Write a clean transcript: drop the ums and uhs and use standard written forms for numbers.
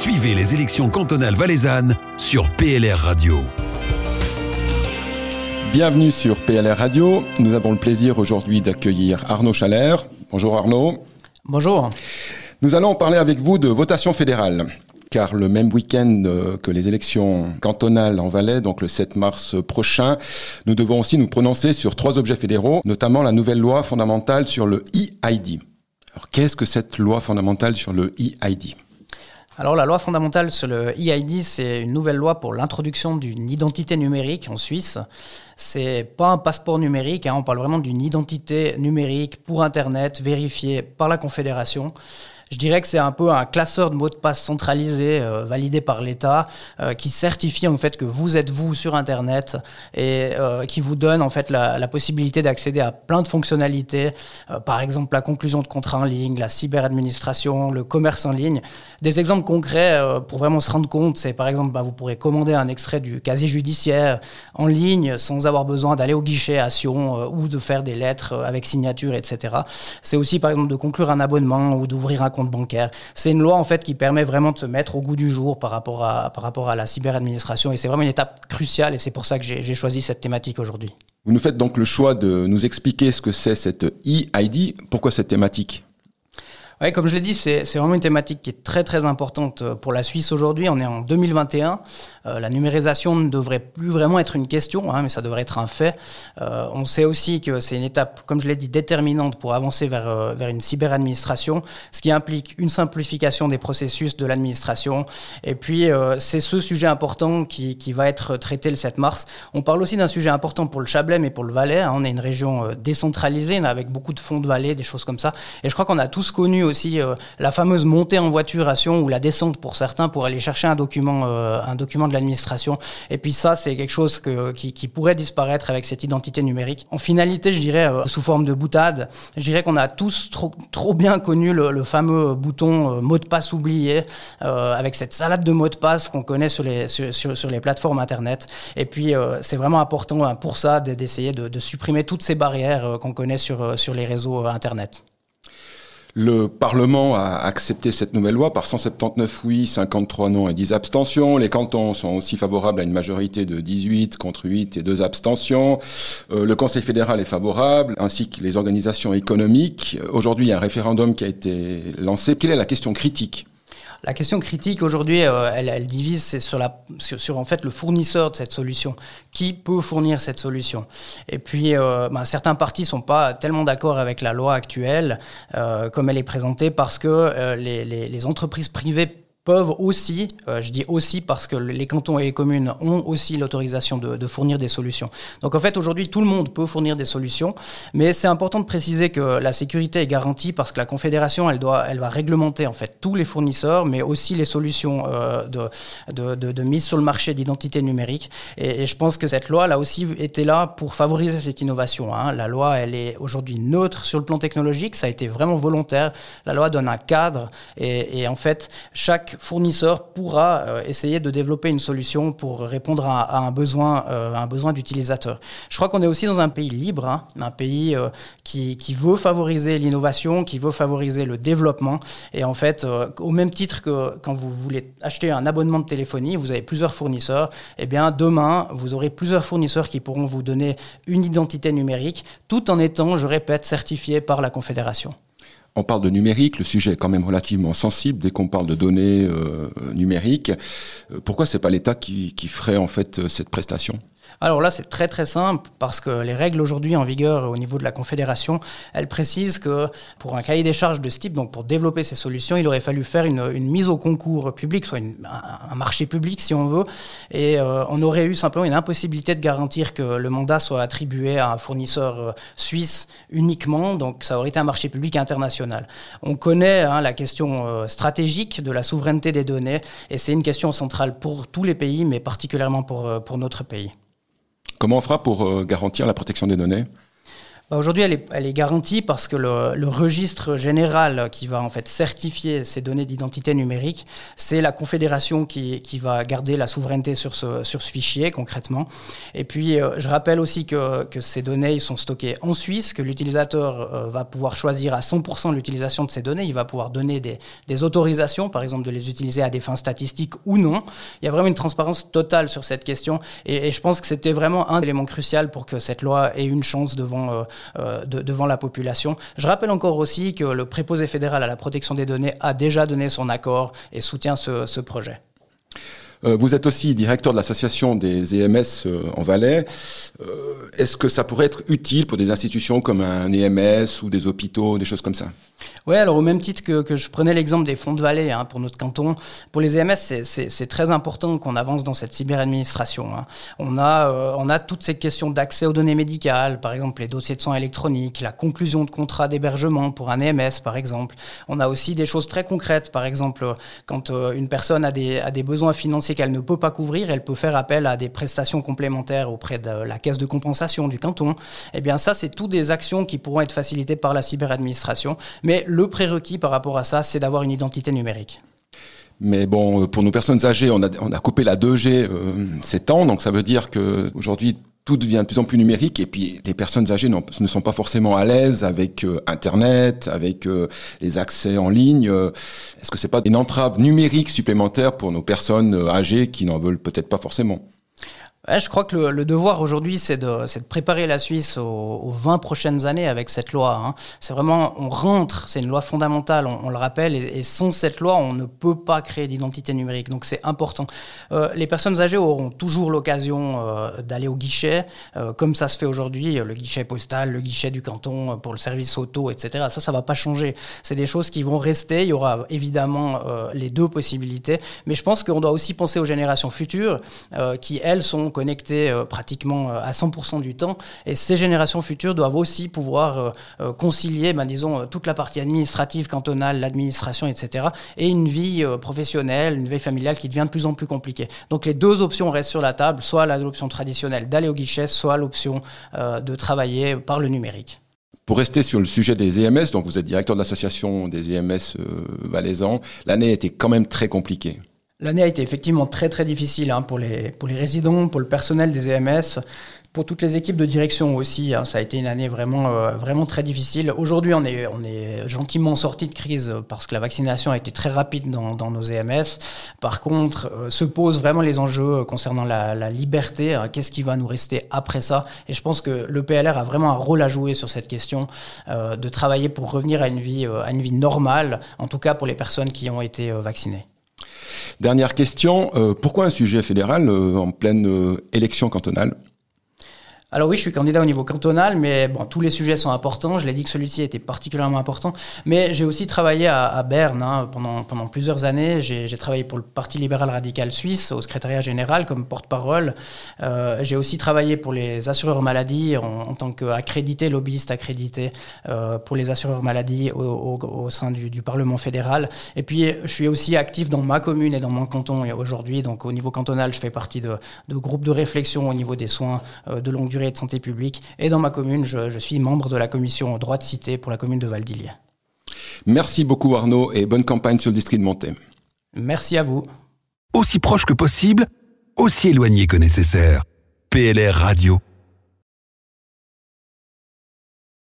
Suivez les élections cantonales valaisannes sur PLR Radio. Bienvenue sur PLR Radio. Nous avons le plaisir aujourd'hui d'accueillir Arnaud Chalère. Bonjour Arnaud. Bonjour. Nous allons parler avec vous de votation fédérale. Car le même week-end que les élections cantonales en Valais, donc le 7 mars prochain, nous devons aussi nous prononcer sur 3 objets fédéraux, notamment la nouvelle loi fondamentale sur le e-ID. Alors qu'est-ce que cette loi fondamentale sur le e-ID ? Alors la loi fondamentale sur le e-ID, c'est une nouvelle loi pour l'introduction d'une identité numérique en Suisse. C'est pas un passeport numérique, on parle vraiment d'une identité numérique pour Internet, vérifiée par la Confédération. Je dirais que c'est un peu un classeur de mots de passe centralisé, validé par l'État, qui certifie en fait que vous êtes vous sur Internet et qui vous donne en fait la possibilité d'accéder à plein de fonctionnalités, par exemple la conclusion de contrats en ligne, la cyberadministration, le commerce en ligne. Des exemples concrets pour vraiment se rendre compte, c'est par exemple vous pourrez commander un extrait du casier judiciaire en ligne sans avoir besoin d'aller au guichet à Sion ou de faire des lettres avec signature, etc. C'est aussi par exemple de conclure un abonnement ou d'ouvrir un compte bancaire. C'est une loi en fait qui permet vraiment de se mettre au goût du jour par rapport à la cyberadministration et c'est vraiment une étape cruciale et c'est pour ça que j'ai choisi cette thématique aujourd'hui. Vous nous faites donc le choix de nous expliquer ce que c'est cette e-ID. Pourquoi cette thématique ? Oui, comme je l'ai dit, c'est vraiment une thématique qui est très très importante pour la Suisse aujourd'hui. On est en 2021. La numérisation ne devrait plus vraiment être une question, mais ça devrait être un fait. On sait aussi que c'est une étape, comme je l'ai dit, déterminante pour avancer vers une cyberadministration, ce qui implique une simplification des processus de l'administration. Et puis, c'est ce sujet important qui va être traité le 7 mars. On parle aussi d'un sujet important pour le Chablais, mais pour le Valais. On est une région décentralisée, avec beaucoup de fonds de vallée, des choses comme ça. Et je crois qu'on a tous connu aussi la fameuse montée en voiture à Sion ou la descente pour certains pour aller chercher un document de l'administration. Et puis ça, c'est quelque chose qui pourrait disparaître avec cette identité numérique. En finalité, je dirais, sous forme de boutade, je dirais qu'on a tous trop bien connu le fameux bouton mot de passe oublié avec cette salade de mots de passe qu'on connaît sur les plateformes Internet. Et puis, c'est vraiment important pour ça d'essayer de supprimer toutes ces barrières qu'on connaît sur les réseaux Internet. Le Parlement a accepté cette nouvelle loi par 179 oui, 53 non et 10 abstentions. Les cantons sont aussi favorables à une majorité de 18 contre 8 et 2 abstentions. Le Conseil fédéral est favorable, ainsi que les organisations économiques. Aujourd'hui, il y a un référendum qui a été lancé. Quelle est la question critique ? La question critique aujourd'hui, elle divise sur en fait le fournisseur de cette solution. Qui peut fournir cette solution ? Et puis, certains partis sont pas tellement d'accord avec la loi actuelle comme elle est présentée parce que les entreprises privées peuvent aussi, je dis aussi parce que les cantons et les communes ont aussi l'autorisation de fournir des solutions. Donc en fait aujourd'hui tout le monde peut fournir des solutions, mais c'est important de préciser que la sécurité est garantie parce que la Confédération elle va réglementer en fait tous les fournisseurs, mais aussi les solutions de mise sur le marché d'identité numérique. Et je pense que cette loi elle a aussi été là pour favoriser cette innovation. La loi elle est aujourd'hui neutre sur le plan technologique, ça a été vraiment volontaire. La loi donne un cadre et en fait chaque fournisseur pourra essayer de développer une solution pour répondre à un besoin d'utilisateur. Je crois qu'on est aussi dans un pays libre, un pays qui veut favoriser l'innovation, qui veut favoriser le développement. Et en fait, au même titre que quand vous voulez acheter un abonnement de téléphonie, vous avez plusieurs fournisseurs, et bien demain, vous aurez plusieurs fournisseurs qui pourront vous donner une identité numérique, tout en étant, je répète, certifié par la Confédération. On parle de numérique, le sujet est quand même relativement sensible dès qu'on parle de données numériques. Pourquoi c'est pas l'État qui ferait en fait cette prestation ? Alors là, c'est très très simple parce que les règles aujourd'hui en vigueur au niveau de la Confédération, elles précisent que pour un cahier des charges de ce type, donc pour développer ces solutions, il aurait fallu faire une mise au concours public, soit un marché public si on veut, et on aurait eu simplement une impossibilité de garantir que le mandat soit attribué à un fournisseur suisse uniquement, donc ça aurait été un marché public international. On connaît la question stratégique de la souveraineté des données, et c'est une question centrale pour tous les pays, mais particulièrement pour notre pays. Comment on fera pour garantir la protection des données ? Aujourd'hui, elle est garantie parce que le registre général qui va en fait certifier ces données d'identité numérique, c'est la Confédération qui va garder la souveraineté sur ce fichier concrètement. Et puis, je rappelle aussi que ces données sont stockées en Suisse, que l'utilisateur va pouvoir choisir à 100% l'utilisation de ces données. Il va pouvoir donner des autorisations, par exemple, de les utiliser à des fins statistiques ou non. Il y a vraiment une transparence totale sur cette question. Et je pense que c'était vraiment un élément crucial pour que cette loi ait une chance devant la population. Je rappelle encore aussi que le préposé fédéral à la protection des données a déjà donné son accord et soutient ce projet. Vous êtes aussi directeur de l'association des EMS en Valais. Est-ce que ça pourrait être utile pour des institutions comme un EMS ou des hôpitaux, des choses comme ça ? Oui, alors au même titre que je prenais l'exemple des fonds de Valais pour notre canton, pour les EMS, c'est très important qu'on avance dans cette cyberadministration. On a toutes ces questions d'accès aux données médicales, par exemple les dossiers de soins électroniques, la conclusion de contrats d'hébergement pour un EMS, par exemple. On a aussi des choses très concrètes, par exemple, quand une personne a des besoins financiers qu'elle ne peut pas couvrir, elle peut faire appel à des prestations complémentaires auprès de la caisse de compensation du canton. Eh bien ça, c'est toutes des actions qui pourront être facilitées par la cyberadministration. Mais le prérequis par rapport à ça, c'est d'avoir une identité numérique. Mais bon, pour nos personnes âgées, on a coupé la 2G ces temps, donc ça veut dire qu'aujourd'hui, tout devient de plus en plus numérique, et puis les personnes âgées ne sont pas forcément à l'aise avec Internet, avec les accès en ligne. Est-ce que c'est pas une entrave numérique supplémentaire pour nos personnes âgées qui n'en veulent peut-être pas forcément ? Ouais, je crois que le devoir aujourd'hui, c'est de préparer la Suisse aux 20 prochaines années avec cette loi. C'est vraiment, on rentre, c'est une loi fondamentale, on le rappelle, et sans cette loi, on ne peut pas créer d'identité numérique. Donc c'est important. Les personnes âgées auront toujours l'occasion d'aller au guichet, comme ça se fait aujourd'hui, le guichet postal, le guichet du canton pour le service auto, etc. Ça va pas changer. C'est des choses qui vont rester. Il y aura évidemment les deux possibilités. Mais je pense qu'on doit aussi penser aux générations futures qui, elles, sont connectés pratiquement à 100% du temps, et ces générations futures doivent aussi pouvoir concilier, disons, toute la partie administrative cantonale, l'administration, etc., et une vie professionnelle, une vie familiale qui devient de plus en plus compliquée. Donc les deux options restent sur la table, soit l'option traditionnelle d'aller au guichet, soit l'option de travailler par le numérique. Pour rester sur le sujet des EMS, donc vous êtes directeur de l'association des EMS valaisans, l'année a été quand même très compliquée. L'année a été effectivement très très difficile pour les résidents, pour le personnel des EMS, pour toutes les équipes de direction aussi. Ça a été une année vraiment très difficile. Aujourd'hui, on est gentiment sorti de crise parce que la vaccination a été très rapide dans nos EMS. Par contre, se posent vraiment les enjeux concernant la liberté. Qu'est-ce qui va nous rester après ça ? Et je pense que le PLR a vraiment un rôle à jouer sur cette question de travailler pour revenir à une vie normale, en tout cas pour les personnes qui ont été vaccinées. Dernière question, pourquoi un sujet fédéral en pleine élection cantonale ? Alors oui, je suis candidat au niveau cantonal, mais tous les sujets sont importants. Je l'ai dit que celui-ci était particulièrement important. Mais j'ai aussi travaillé à Berne pendant plusieurs années. J'ai travaillé pour le Parti libéral radical suisse, au secrétariat général, comme porte-parole. J'ai aussi travaillé pour les assureurs maladie en tant qu'accrédité, lobbyiste accrédité pour les assureurs maladie au sein du Parlement fédéral. Et puis, je suis aussi actif dans ma commune et dans mon canton aujourd'hui. Donc, au niveau cantonal, je fais partie de groupes de réflexion au niveau des soins de longue durée et de santé publique. Et dans ma commune, je suis membre de la commission droit de cité pour la commune de Val-d'Illier. Merci beaucoup Arnaud et bonne campagne sur le district de Montet. Merci à vous. Aussi proche que possible, aussi éloigné que nécessaire. PLR Radio.